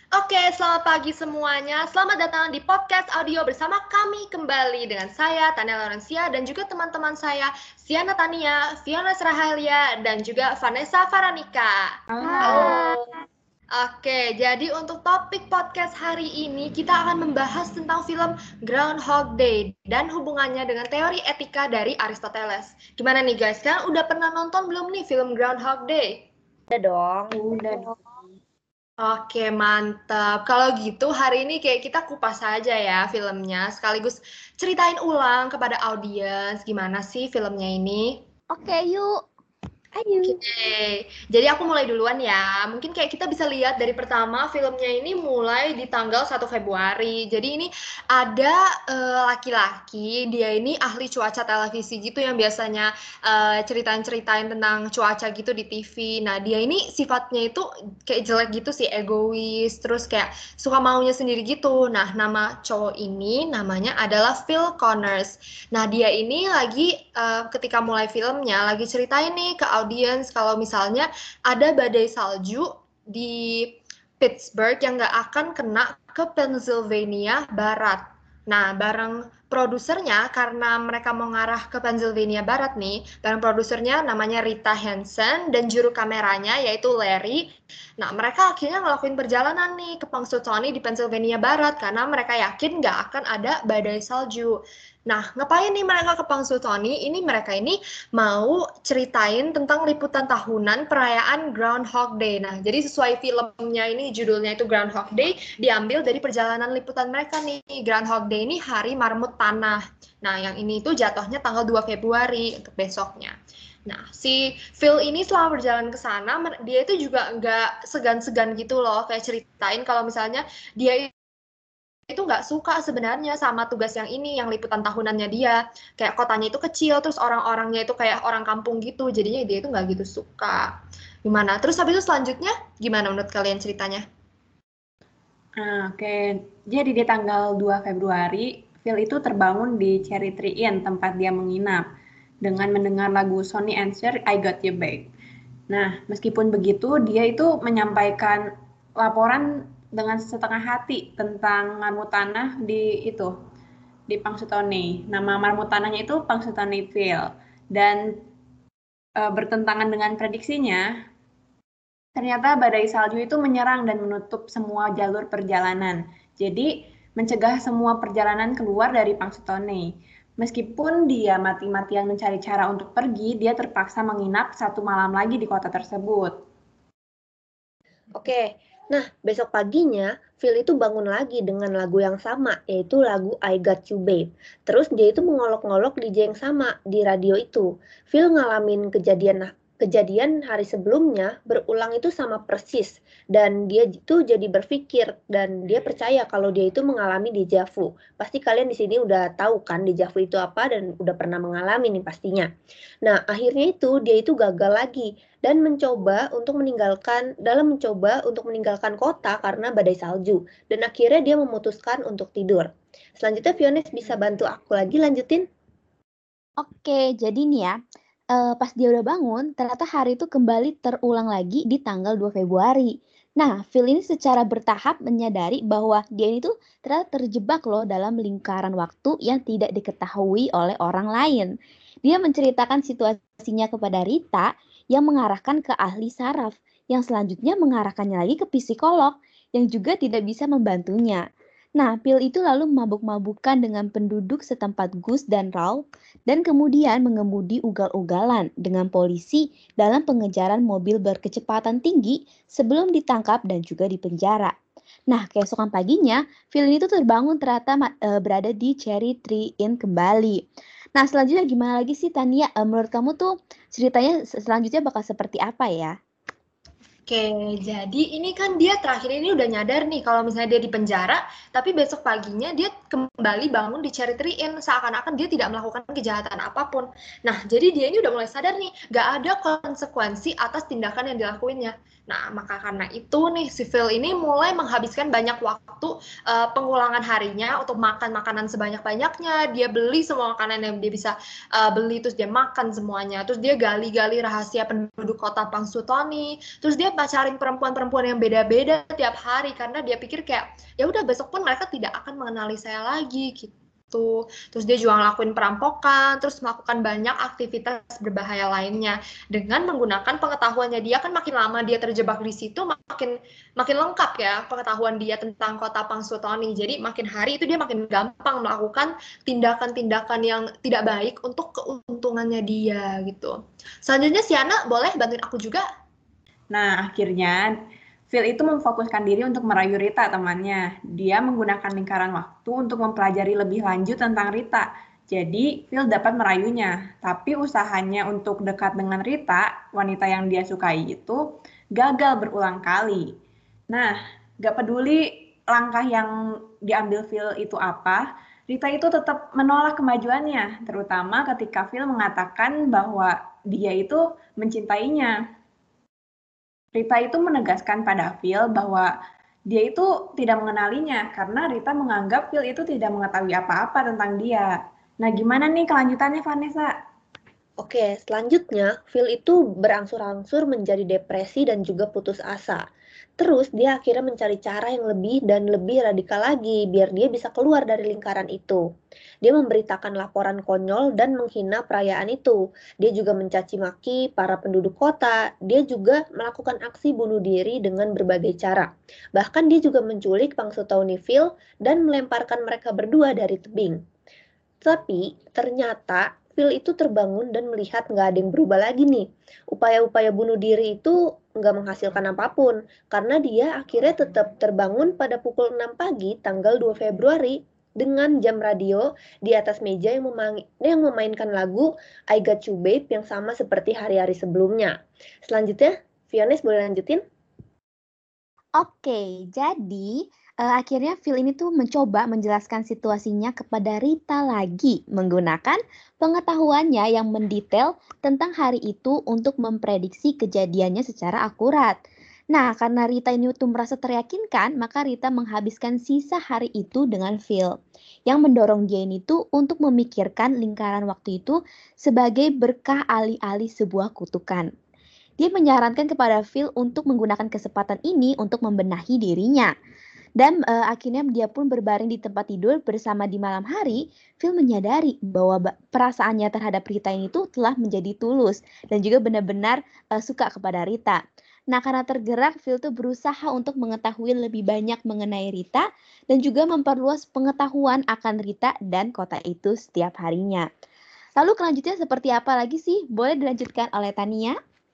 Oke, selamat pagi semuanya. Selamat datang di podcast audio bersama kami kembali dengan saya, Tania Laurencia, dan juga teman-teman saya, Siana Tania, Fiona Srahalia, dan juga Vanessa Faranika. Halo. Oke, jadi untuk topik podcast hari ini kita akan membahas tentang film Groundhog Day dan hubungannya dengan teori etika dari Aristoteles. Gimana nih guys, kan udah pernah nonton belum nih film Groundhog Day? Udah dong. Udah. Oke, mantap. Kalau gitu hari ini kayak kita kupas saja ya filmnya, sekaligus ceritain ulang kepada audiens gimana sih filmnya ini. Oke, yuk. Ayo. Oke, jadi aku mulai duluan ya. Mungkin kayak kita bisa lihat dari pertama filmnya ini mulai di tanggal 1 Februari. Jadi ini ada laki-laki, dia ini ahli cuaca televisi gitu yang biasanya ceritain-ceritain tentang cuaca gitu di TV. Nah, dia ini sifatnya itu kayak jelek gitu sih, egois, terus kayak suka maunya sendiri gitu. Nah, nama cowok ini namanya adalah Phil Connors. Nah, dia ini lagi ketika mulai filmnya lagi ceritain nih ke audiens kalau misalnya ada badai salju di Pittsburgh yang nggak akan kena ke Pennsylvania Barat. Nah, bareng produsernya, karena mereka mau ngarah ke Pennsylvania Barat nih, bareng produsernya namanya Rita Hansen dan juru kameranya yaitu Larry. Nah, mereka akhirnya ngelakuin perjalanan nih ke Punxsutawney di Pennsylvania Barat karena mereka yakin nggak akan ada badai salju. Nah, ngapain nih mereka ke Punxsutawney? Mereka ini mau ceritain tentang liputan tahunan perayaan Groundhog Day. Nah, jadi sesuai filmnya ini judulnya itu Groundhog Day, diambil dari perjalanan liputan mereka nih. Groundhog Day ini hari marmut tanah. Nah, yang ini itu jatuhnya tanggal 2 Februari untuk besoknya. Nah, si Phil ini selama berjalan ke sana, dia itu juga nggak segan-segan gitu loh, kayak ceritain kalau misalnya dia itu nggak suka sebenarnya sama tugas yang ini, yang liputan tahunannya dia. Kayak kotanya itu kecil, terus orang-orangnya itu kayak orang kampung gitu, jadinya dia itu nggak gitu suka. Gimana? Terus habis itu selanjutnya, gimana menurut kalian ceritanya? Oke. Jadi di tanggal 2 Februari, Phil itu terbangun di Cherry Tree Inn, tempat dia menginap, dengan mendengar lagu Sonny and Cher, I Got You Babe. Nah, meskipun begitu, dia itu menyampaikan laporan dengan setengah hati tentang marmut tanah di Punxsutawney. Nama marmut tanahnya itu Punxsutawneyville. Dan bertentangan dengan prediksinya, ternyata badai salju itu menyerang dan menutup semua jalur perjalanan. Jadi, mencegah semua perjalanan keluar dari Punxsutawney. Meskipun dia mati-matian mencari cara untuk pergi, dia terpaksa menginap 1 malam lagi di kota tersebut. Oke, nah besok paginya Phil itu bangun lagi dengan lagu yang sama, yaitu lagu I Got You Babe. Terus dia itu mengolok-ngolok DJ yang sama di radio itu. Phil ngalamin kejadian hari sebelumnya berulang itu sama persis, dan dia itu jadi berpikir dan dia percaya kalau dia itu mengalami deja vu. Pasti kalian di sini udah tahu kan deja vu itu apa dan udah pernah mengalami nih pastinya. Nah, akhirnya itu dia itu gagal lagi dan mencoba untuk meninggalkan kota karena badai salju, dan akhirnya dia memutuskan untuk tidur. Selanjutnya Fiones bisa bantu aku lagi lanjutin? Oke, jadi nih ya, pas dia udah bangun, ternyata hari itu kembali terulang lagi di tanggal 2 Februari. Nah, Phil ini secara bertahap menyadari bahwa dia ini tuh ternyata terjebak loh dalam lingkaran waktu yang tidak diketahui oleh orang lain. Dia menceritakan situasinya kepada Rita yang mengarahkan ke ahli saraf, yang selanjutnya mengarahkannya lagi ke psikolog yang juga tidak bisa membantunya. Nah, Phil itu lalu mabuk-mabukan dengan penduduk setempat Gus dan Ralph dan kemudian mengemudi ugal-ugalan dengan polisi dalam pengejaran mobil berkecepatan tinggi sebelum ditangkap dan juga dipenjara. Nah, keesokan paginya, Phil itu terbangun ternyata berada di Cherry Tree Inn kembali. Nah, selanjutnya gimana lagi sih Tania? Menurut kamu tuh ceritanya selanjutnya bakal seperti apa ya? Oke, jadi ini kan dia terakhir ini udah nyadar nih kalau misalnya dia di penjara, tapi besok paginya dia kembali bangun di Cherry Tree Inn, seakan-akan dia tidak melakukan kejahatan apapun. Nah, jadi dia ini udah mulai sadar nih, gak ada konsekuensi atas tindakan yang dilakuinnya. Nah, maka karena itu nih, si Phil ini mulai menghabiskan banyak waktu pengulangan harinya untuk makan makanan sebanyak-banyaknya. Dia beli semua makanan yang dia bisa beli, terus dia makan semuanya. Terus dia gali-gali rahasia penduduk kota Pangsutoni. Terus dia pacarin perempuan-perempuan yang beda-beda tiap hari karena dia pikir kayak ya udah besok pun mereka tidak akan mengenali saya lagi gitu. Terus dia juga ngelakuin perampokan, terus melakukan banyak aktivitas berbahaya lainnya dengan menggunakan pengetahuannya. Dia kan makin lama dia terjebak di situ, makin lengkap ya pengetahuan dia tentang kota Pangsutoni. Jadi makin hari itu dia makin gampang melakukan tindakan-tindakan yang tidak baik untuk keuntungannya dia gitu. Selanjutnya Siana boleh bantuin aku juga? Nah, akhirnya Phil itu memfokuskan diri untuk merayu Rita, temannya. Dia menggunakan lingkaran waktu untuk mempelajari lebih lanjut tentang Rita. Jadi, Phil dapat merayunya. Tapi usahanya untuk dekat dengan Rita, wanita yang dia sukai itu, gagal berulang kali. Nah, gak peduli langkah yang diambil Phil itu apa, Rita itu tetap menolak kemajuannya, terutama ketika Phil mengatakan bahwa dia itu mencintainya. Rita itu menegaskan pada Phil bahwa dia itu tidak mengenalinya karena Rita menganggap Phil itu tidak mengetahui apa-apa tentang dia. Nah, gimana nih kelanjutannya, Vanessa? Oke, selanjutnya Phil itu berangsur-angsur menjadi depresi dan juga putus asa. Terus dia akhirnya mencari cara yang lebih dan lebih radikal lagi biar dia bisa keluar dari lingkaran itu. Dia memberitakan laporan konyol dan menghina perayaan itu. Dia juga mencaci maki para penduduk kota. Dia juga melakukan aksi bunuh diri dengan berbagai cara. Bahkan dia juga menculik Pangsutoni Phil dan melemparkan mereka berdua dari tebing. Tapi ternyata Phil itu terbangun dan melihat nggak ada yang berubah lagi nih. Upaya-upaya bunuh diri itu nggak menghasilkan apapun karena dia akhirnya tetap terbangun pada pukul 6 pagi tanggal 2 Februari dengan jam radio di atas meja yang memainkan lagu I Got You Babe yang sama seperti hari-hari sebelumnya. Selanjutnya, Fiones boleh lanjutin? Oke, jadi akhirnya Phil ini tuh mencoba menjelaskan situasinya kepada Rita lagi menggunakan pengetahuannya yang mendetail tentang hari itu untuk memprediksi kejadiannya secara akurat. Nah, karena Rita ini tuh merasa teryakinkan, maka Rita menghabiskan sisa hari itu dengan Phil, yang mendorong dia ini tuh untuk memikirkan lingkaran waktu itu sebagai berkah alih-alih sebuah kutukan. Dia menyarankan kepada Phil untuk menggunakan kesempatan ini untuk membenahi dirinya. Dan akhirnya dia pun berbaring di tempat tidur bersama di malam hari. Phil menyadari bahwa perasaannya terhadap Rita ini tuh telah menjadi tulus dan juga benar-benar suka kepada Rita. Nah, karena tergerak, Phil tuh berusaha untuk mengetahui lebih banyak mengenai Rita dan juga memperluas pengetahuan akan Rita dan kota itu setiap harinya. Lalu kelanjutnya seperti apa lagi sih? Boleh dilanjutkan oleh Tania?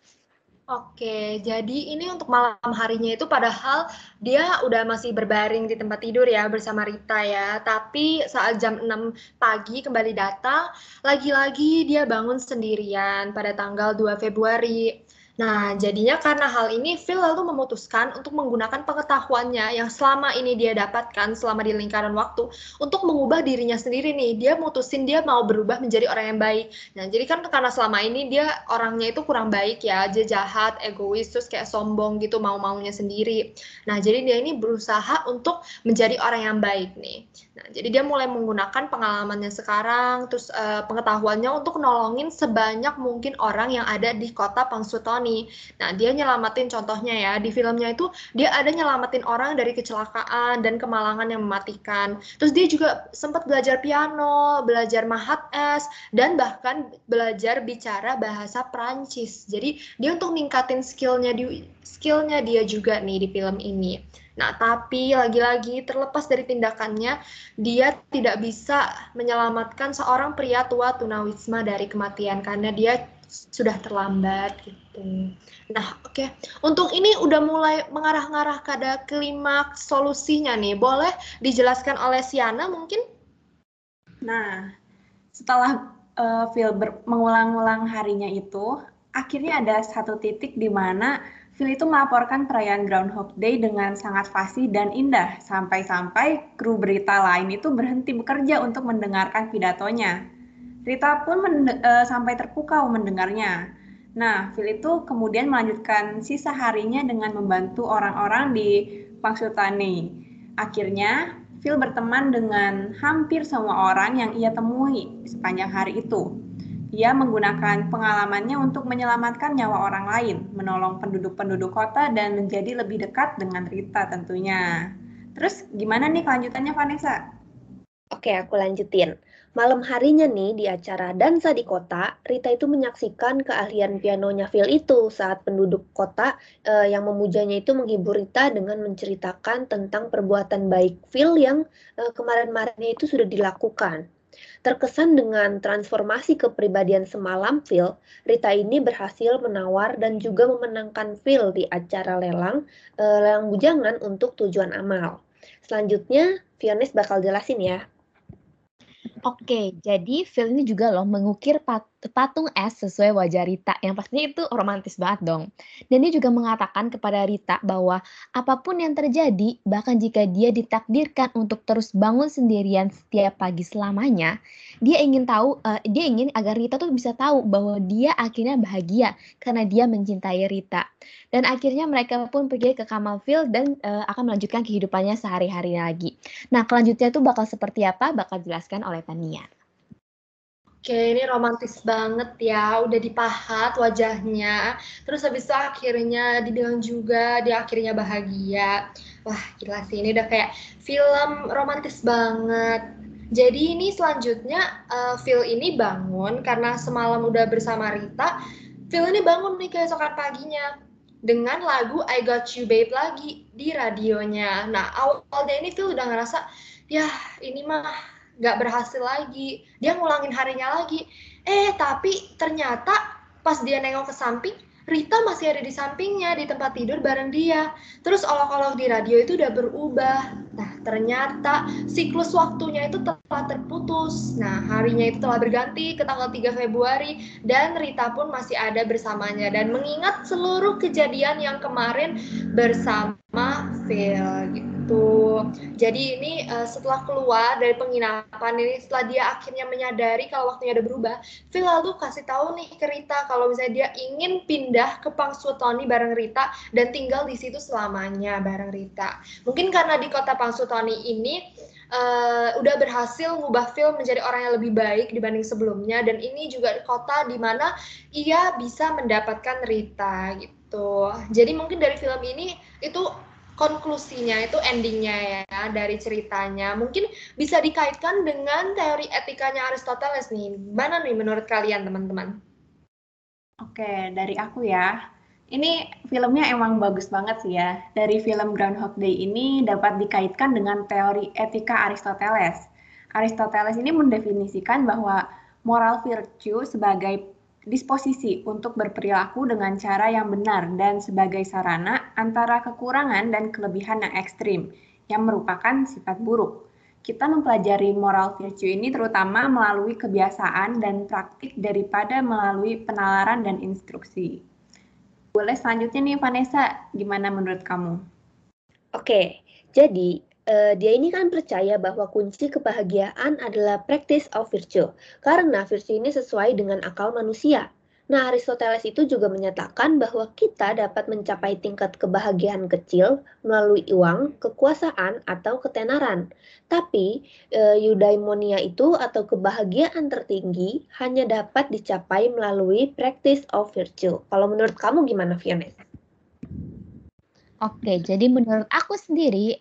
Oke, jadi ini untuk malam harinya itu padahal dia udah masih berbaring di tempat tidur ya bersama Rita ya. Tapi saat jam 6 pagi kembali datang, lagi-lagi dia bangun sendirian pada tanggal 2 Februari. Nah, jadinya karena hal ini, Phil lalu memutuskan untuk menggunakan pengetahuannya yang selama ini dia dapatkan selama di lingkaran waktu untuk mengubah dirinya sendiri nih. Dia mutusin dia mau berubah menjadi orang yang baik. Nah, jadi kan karena selama ini dia orangnya itu kurang baik ya, dia jahat, egois, terus kayak sombong gitu, mau-maunya sendiri. Nah, jadi dia ini berusaha untuk menjadi orang yang baik nih. Nah, jadi dia mulai menggunakan pengalamannya sekarang, terus pengetahuannya untuk nolongin sebanyak mungkin orang yang ada di kota Pangsutoni. Nah, dia nyelamatin contohnya ya, di filmnya itu dia ada nyelamatin orang dari kecelakaan dan kemalangan yang mematikan. Terus dia juga sempat belajar piano, belajar mahat es, dan bahkan belajar bicara bahasa Prancis. Jadi dia untuk ningkatin skillnya dia juga nih di film ini. Nah, tapi lagi-lagi terlepas dari tindakannya, dia tidak bisa menyelamatkan seorang pria tua tunawisma dari kematian karena dia sudah terlambat gitu. Nah, oke. Untuk ini udah mulai mengarah-ngarah pada klimaks solusinya nih. Boleh dijelaskan oleh Siana mungkin? Nah, setelah Phil mengulang-ulang harinya itu, akhirnya ada satu titik di mana Phil itu melaporkan perayaan Groundhog Day dengan sangat fasih dan indah, sampai-sampai kru berita lain itu berhenti bekerja untuk mendengarkan pidatonya. Rita pun sampai terpukau mendengarnya. Nah, Phil itu kemudian melanjutkan sisa harinya dengan membantu orang-orang di Punxsutawney. Akhirnya, Phil berteman dengan hampir semua orang yang ia temui sepanjang hari itu. Ia menggunakan pengalamannya untuk menyelamatkan nyawa orang lain, menolong penduduk-penduduk kota, dan menjadi lebih dekat dengan Rita tentunya. Terus gimana nih kelanjutannya, Vanessa? Oke, aku lanjutin. Malam harinya nih di acara Dansa di Kota, Rita itu menyaksikan keahlian pianonya Phil itu saat penduduk kota yang memujanya itu menghibur Rita dengan menceritakan tentang perbuatan baik Phil yang kemarin-marinnya itu sudah dilakukan. Terkesan dengan transformasi kepribadian semalam Phil, Rita ini berhasil menawar dan juga memenangkan Phil di acara lelang bujangan untuk tujuan amal. Selanjutnya, Fionis bakal jelasin ya. Oke, jadi Phil ini juga loh mengukir patung es sesuai wajah Rita, yang pastinya itu romantis banget dong. Dan dia juga mengatakan kepada Rita bahwa apapun yang terjadi, bahkan jika dia ditakdirkan untuk terus bangun sendirian setiap pagi selamanya, dia ingin agar Rita tuh bisa tahu bahwa dia akhirnya bahagia karena dia mencintai Rita. Dan akhirnya mereka pun pergi ke kamar Phil dan akan melanjutkan kehidupannya sehari-hari lagi. Nah, kelanjutnya itu bakal seperti apa? Bakal dijelaskan oleh Tania. Oke, ini romantis banget ya, udah dipahat wajahnya, terus habis itu akhirnya dibilang juga dia akhirnya bahagia. Wah, gila sih, ini udah kayak film romantis banget. Jadi ini selanjutnya Phil ini bangun karena semalam udah bersama Rita. Phil ini bangun nih keesokan paginya dengan lagu I Got You Babe lagi di radionya. Nah, awalnya ini Phil udah ngerasa, ya ini mah nggak berhasil lagi, dia ngulangin harinya lagi. Tapi ternyata pas dia nengok ke samping, Rita masih ada di sampingnya, di tempat tidur bareng dia. Terus olok-olok di radio itu udah berubah. Nah, ternyata siklus waktunya itu telah terputus. Nah, harinya itu telah berganti ke tanggal 3 Februari, dan Rita pun masih ada bersamanya, dan mengingat seluruh kejadian yang kemarin bersama Phil gitu. Jadi ini setelah keluar dari penginapan ini, setelah dia akhirnya menyadari kalau waktunya udah berubah, Phil lalu kasih tahu nih ke Rita kalau misalnya dia ingin pindah ke Punxsutawney bareng Rita dan tinggal di situ selamanya bareng Rita. Mungkin karena di kota Punxsutawney ini udah berhasil ngubah Phil menjadi orang yang lebih baik dibanding sebelumnya, dan ini juga kota di mana ia bisa mendapatkan Rita gitu. Jadi mungkin dari film ini itu konklusinya itu endingnya ya dari ceritanya mungkin bisa dikaitkan dengan teori etikanya Aristoteles nih. Mana nih menurut kalian teman-teman? Oke, dari aku ya. Ini filmnya emang bagus banget sih ya. Dari film Groundhog Day ini dapat dikaitkan dengan teori etika Aristoteles. Aristoteles ini mendefinisikan bahwa moral virtue sebagai disposisi untuk berperilaku dengan cara yang benar dan sebagai sarana antara kekurangan dan kelebihan yang ekstrim, yang merupakan sifat buruk. Kita mempelajari moral virtue ini terutama melalui kebiasaan dan praktik daripada melalui penalaran dan instruksi. Boleh selanjutnya nih Vanessa, gimana menurut kamu? Oke, jadi dia ini kan percaya bahwa kunci kebahagiaan adalah practice of virtue, karena virtue ini sesuai dengan akal manusia. Nah, Aristoteles itu juga menyatakan bahwa kita dapat mencapai tingkat kebahagiaan kecil melalui uang, kekuasaan, atau ketenaran. Tapi, eudaimonia itu atau kebahagiaan tertinggi hanya dapat dicapai melalui practice of virtue. Kalau menurut kamu gimana, Fiona? Oke, jadi menurut aku sendiri,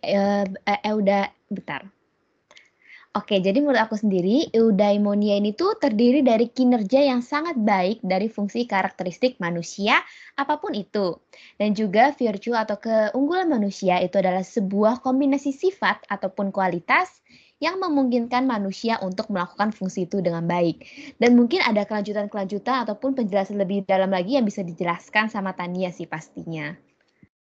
Oke, jadi menurut aku sendiri, eudaimonia ini tuh terdiri dari kinerja yang sangat baik dari fungsi karakteristik manusia, apapun itu. Dan juga virtue atau keunggulan manusia itu adalah sebuah kombinasi sifat ataupun kualitas yang memungkinkan manusia untuk melakukan fungsi itu dengan baik. Dan mungkin ada kelanjutan-kelanjutan ataupun penjelasan lebih dalam lagi yang bisa dijelaskan sama Tania sih pastinya.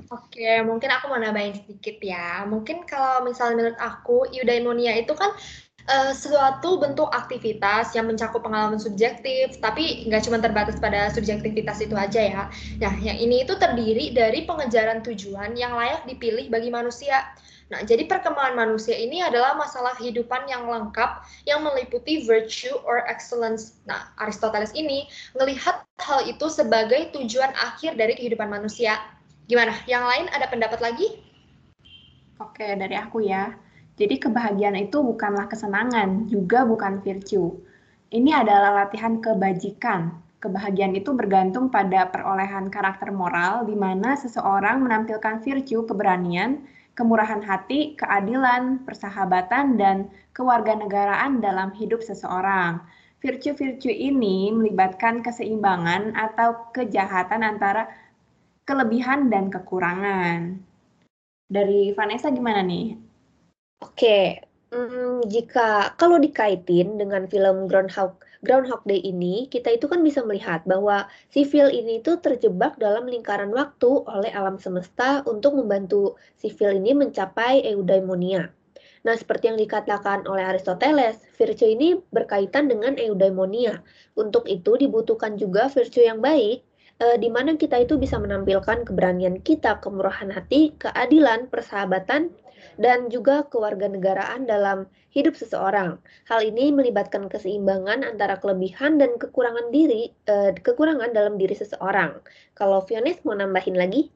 Oke, mungkin aku mau nambahin sedikit ya. Mungkin kalau misalnya menurut aku, eudaimonia itu kan suatu bentuk aktivitas yang mencakup pengalaman subjektif, tapi nggak cuma terbatas pada subjektivitas itu aja ya. Nah, yang ini itu terdiri dari pengejaran tujuan yang layak dipilih bagi manusia. Nah, jadi perkembangan manusia ini adalah masalah kehidupan yang lengkap yang meliputi virtue or excellence. Nah, Aristoteles ini melihat hal itu sebagai tujuan akhir dari kehidupan manusia. Gimana? Yang lain ada pendapat lagi? Oke, dari aku ya. Jadi kebahagiaan itu bukanlah kesenangan, juga bukan virtue. Ini adalah latihan kebajikan. Kebahagiaan itu bergantung pada perolehan karakter moral, di mana seseorang menampilkan virtue keberanian, kemurahan hati, keadilan, persahabatan, dan kewarganegaraan dalam hidup seseorang. Virtue-virtue ini melibatkan keseimbangan atau kejahatan antara kelebihan dan kekurangan. Dari Vanessa gimana nih? Oke, jika kalau dikaitin dengan film Groundhog Day ini, kita itu kan bisa melihat bahwa si Phil ini tuh terjebak dalam lingkaran waktu oleh alam semesta untuk membantu si Phil ini mencapai eudaimonia. Nah, seperti yang dikatakan oleh Aristoteles, virtue ini berkaitan dengan eudaimonia. Untuk itu dibutuhkan juga virtue yang baik, di mana kita itu bisa menampilkan keberanian kita, kemurahan hati, keadilan, persahabatan, dan juga kewarganegaraan dalam hidup seseorang. Hal ini melibatkan keseimbangan antara kelebihan dan kekurangan dalam diri seseorang. Kalau Fionis mau nambahin lagi?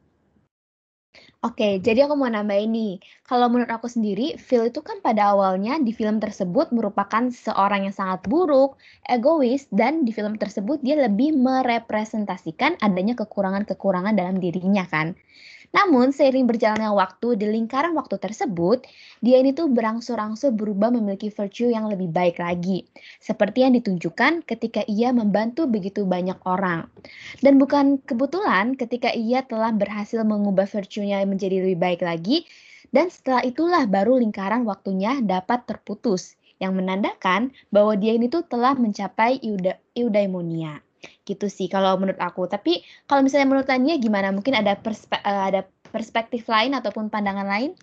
Oke, jadi aku mau nambahin nih. Kalau menurut aku sendiri, Phil itu kan pada awalnya di film tersebut merupakan seorang yang sangat buruk, egois, dan di film tersebut dia lebih merepresentasikan adanya kekurangan-kekurangan dalam dirinya kan. Namun, seiring berjalannya waktu di lingkaran waktu tersebut, dia ini tuh berangsur-angsur berubah memiliki virtue yang lebih baik lagi. Seperti yang ditunjukkan ketika ia membantu begitu banyak orang. Dan bukan kebetulan ketika ia telah berhasil mengubah virtue-nya menjadi lebih baik lagi, dan setelah itulah baru lingkaran waktunya dapat terputus, yang menandakan bahwa dia ini tuh telah mencapai eudaimonia. Gitu sih kalau menurut aku. Tapi kalau misalnya menurut Tania gimana? Mungkin ada perspektif lain ataupun pandangan lain?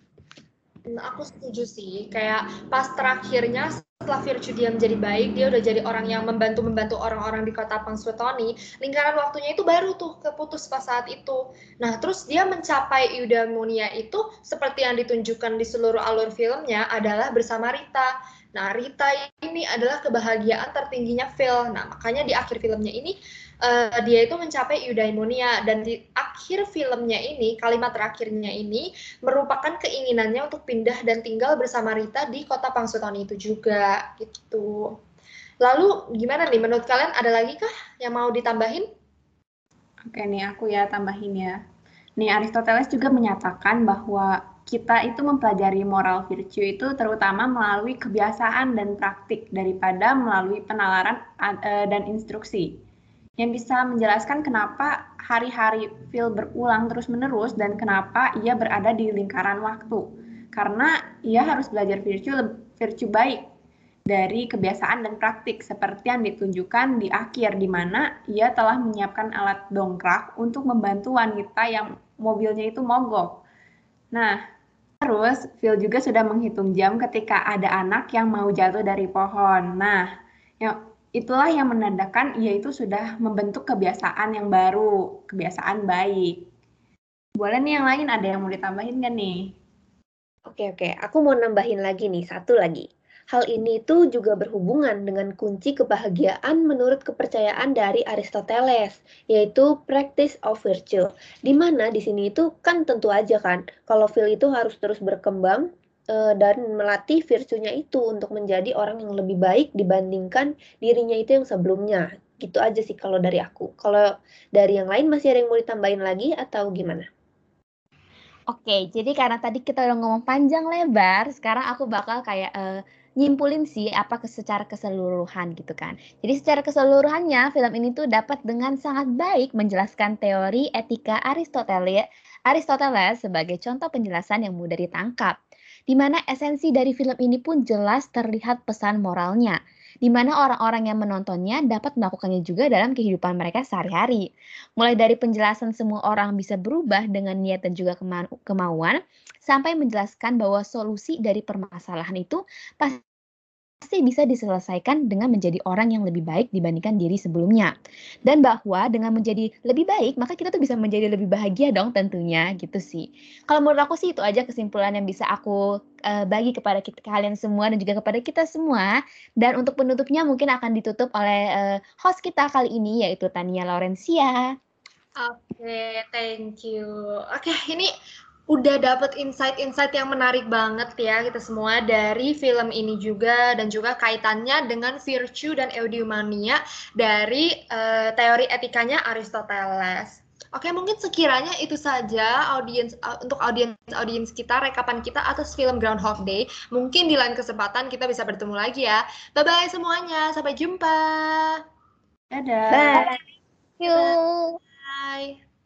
Aku setuju sih, kayak pas terakhirnya setelah virtue dia menjadi baik, dia udah jadi orang yang membantu orang-orang di kota Punxsutawney, lingkaran waktunya itu baru tuh keputus pas saat itu. Nah, terus dia mencapai eudaimonia itu seperti yang ditunjukkan di seluruh alur filmnya adalah bersama Rita. Nah, Rita ini adalah kebahagiaan tertingginya Phil. Nah, makanya di akhir filmnya ini dia itu mencapai eudaimonia, dan di akhir filmnya ini, kalimat terakhirnya ini merupakan keinginannya untuk pindah dan tinggal bersama Rita di kota Punxsutawney itu juga gitu. Lalu gimana nih menurut kalian, ada lagi kah yang mau ditambahin? Oke nih, aku ya tambahin ya. Nih, Aristoteles juga menyatakan bahwa kita itu mempelajari moral virtue itu terutama melalui kebiasaan dan praktik daripada melalui penalaran dan instruksi. Yang bisa menjelaskan kenapa hari-hari Phil berulang terus-menerus dan kenapa ia berada di lingkaran waktu. Karena ia harus belajar virtue baik dari kebiasaan dan praktik seperti yang ditunjukkan di akhir, di mana ia telah menyiapkan alat dongkrak untuk membantu wanita yang mobilnya itu mogok. Nah, terus Phil juga sudah menghitung jam ketika ada anak yang mau jatuh dari pohon. Nah, itulah yang menandakan ia itu sudah membentuk kebiasaan yang baru, kebiasaan baik. Boleh nih yang lain, ada yang mau ditambahin nggak nih? Oke, aku mau nambahin lagi nih, satu lagi. Hal ini tuh juga berhubungan dengan kunci kebahagiaan menurut kepercayaan dari Aristoteles, yaitu practice of virtue. Di mana di sini itu kan tentu aja kan, kalau Phil itu harus terus berkembang dan melatih virtue-nya itu untuk menjadi orang yang lebih baik dibandingkan dirinya itu yang sebelumnya. Gitu aja sih kalau dari aku. Kalau dari yang lain masih ada yang mau ditambahin lagi atau gimana? Oke, jadi karena tadi kita udah ngomong panjang lebar, sekarang aku bakal kayak nyimpulin sih apa secara keseluruhan gitu kan. Jadi secara keseluruhannya film ini tuh dapat dengan sangat baik menjelaskan teori etika Aristoteles sebagai contoh penjelasan yang mudah ditangkap. Di mana esensi dari film ini pun jelas terlihat pesan moralnya. di mana orang-orang yang menontonnya dapat melakukannya juga dalam kehidupan mereka sehari-hari. Mulai dari penjelasan semua orang bisa berubah dengan niat dan juga kemauan, sampai menjelaskan bahwa solusi dari permasalahan itu pasti bisa diselesaikan dengan menjadi orang yang lebih baik dibandingkan diri sebelumnya. Dan bahwa dengan menjadi lebih baik, maka kita tuh bisa menjadi lebih bahagia dong tentunya, gitu sih. Kalau menurut aku sih itu aja kesimpulan yang bisa aku bagi kepada kalian semua dan juga kepada kita semua. Dan untuk penutupnya mungkin akan ditutup oleh host kita kali ini, yaitu Tania Laurencia. Oke, thank you. Oke, ini udah dapet insight-insight yang menarik banget ya kita semua dari film ini juga dan juga kaitannya dengan virtue dan eudaimonia dari teori etikanya Aristoteles. Oke, mungkin sekiranya itu saja untuk audiens kita, rekapan kita atas film Groundhog Day. Mungkin di lain kesempatan kita bisa bertemu lagi ya. Bye-bye semuanya, sampai jumpa. Dadah. Bye. Thank you. Bye.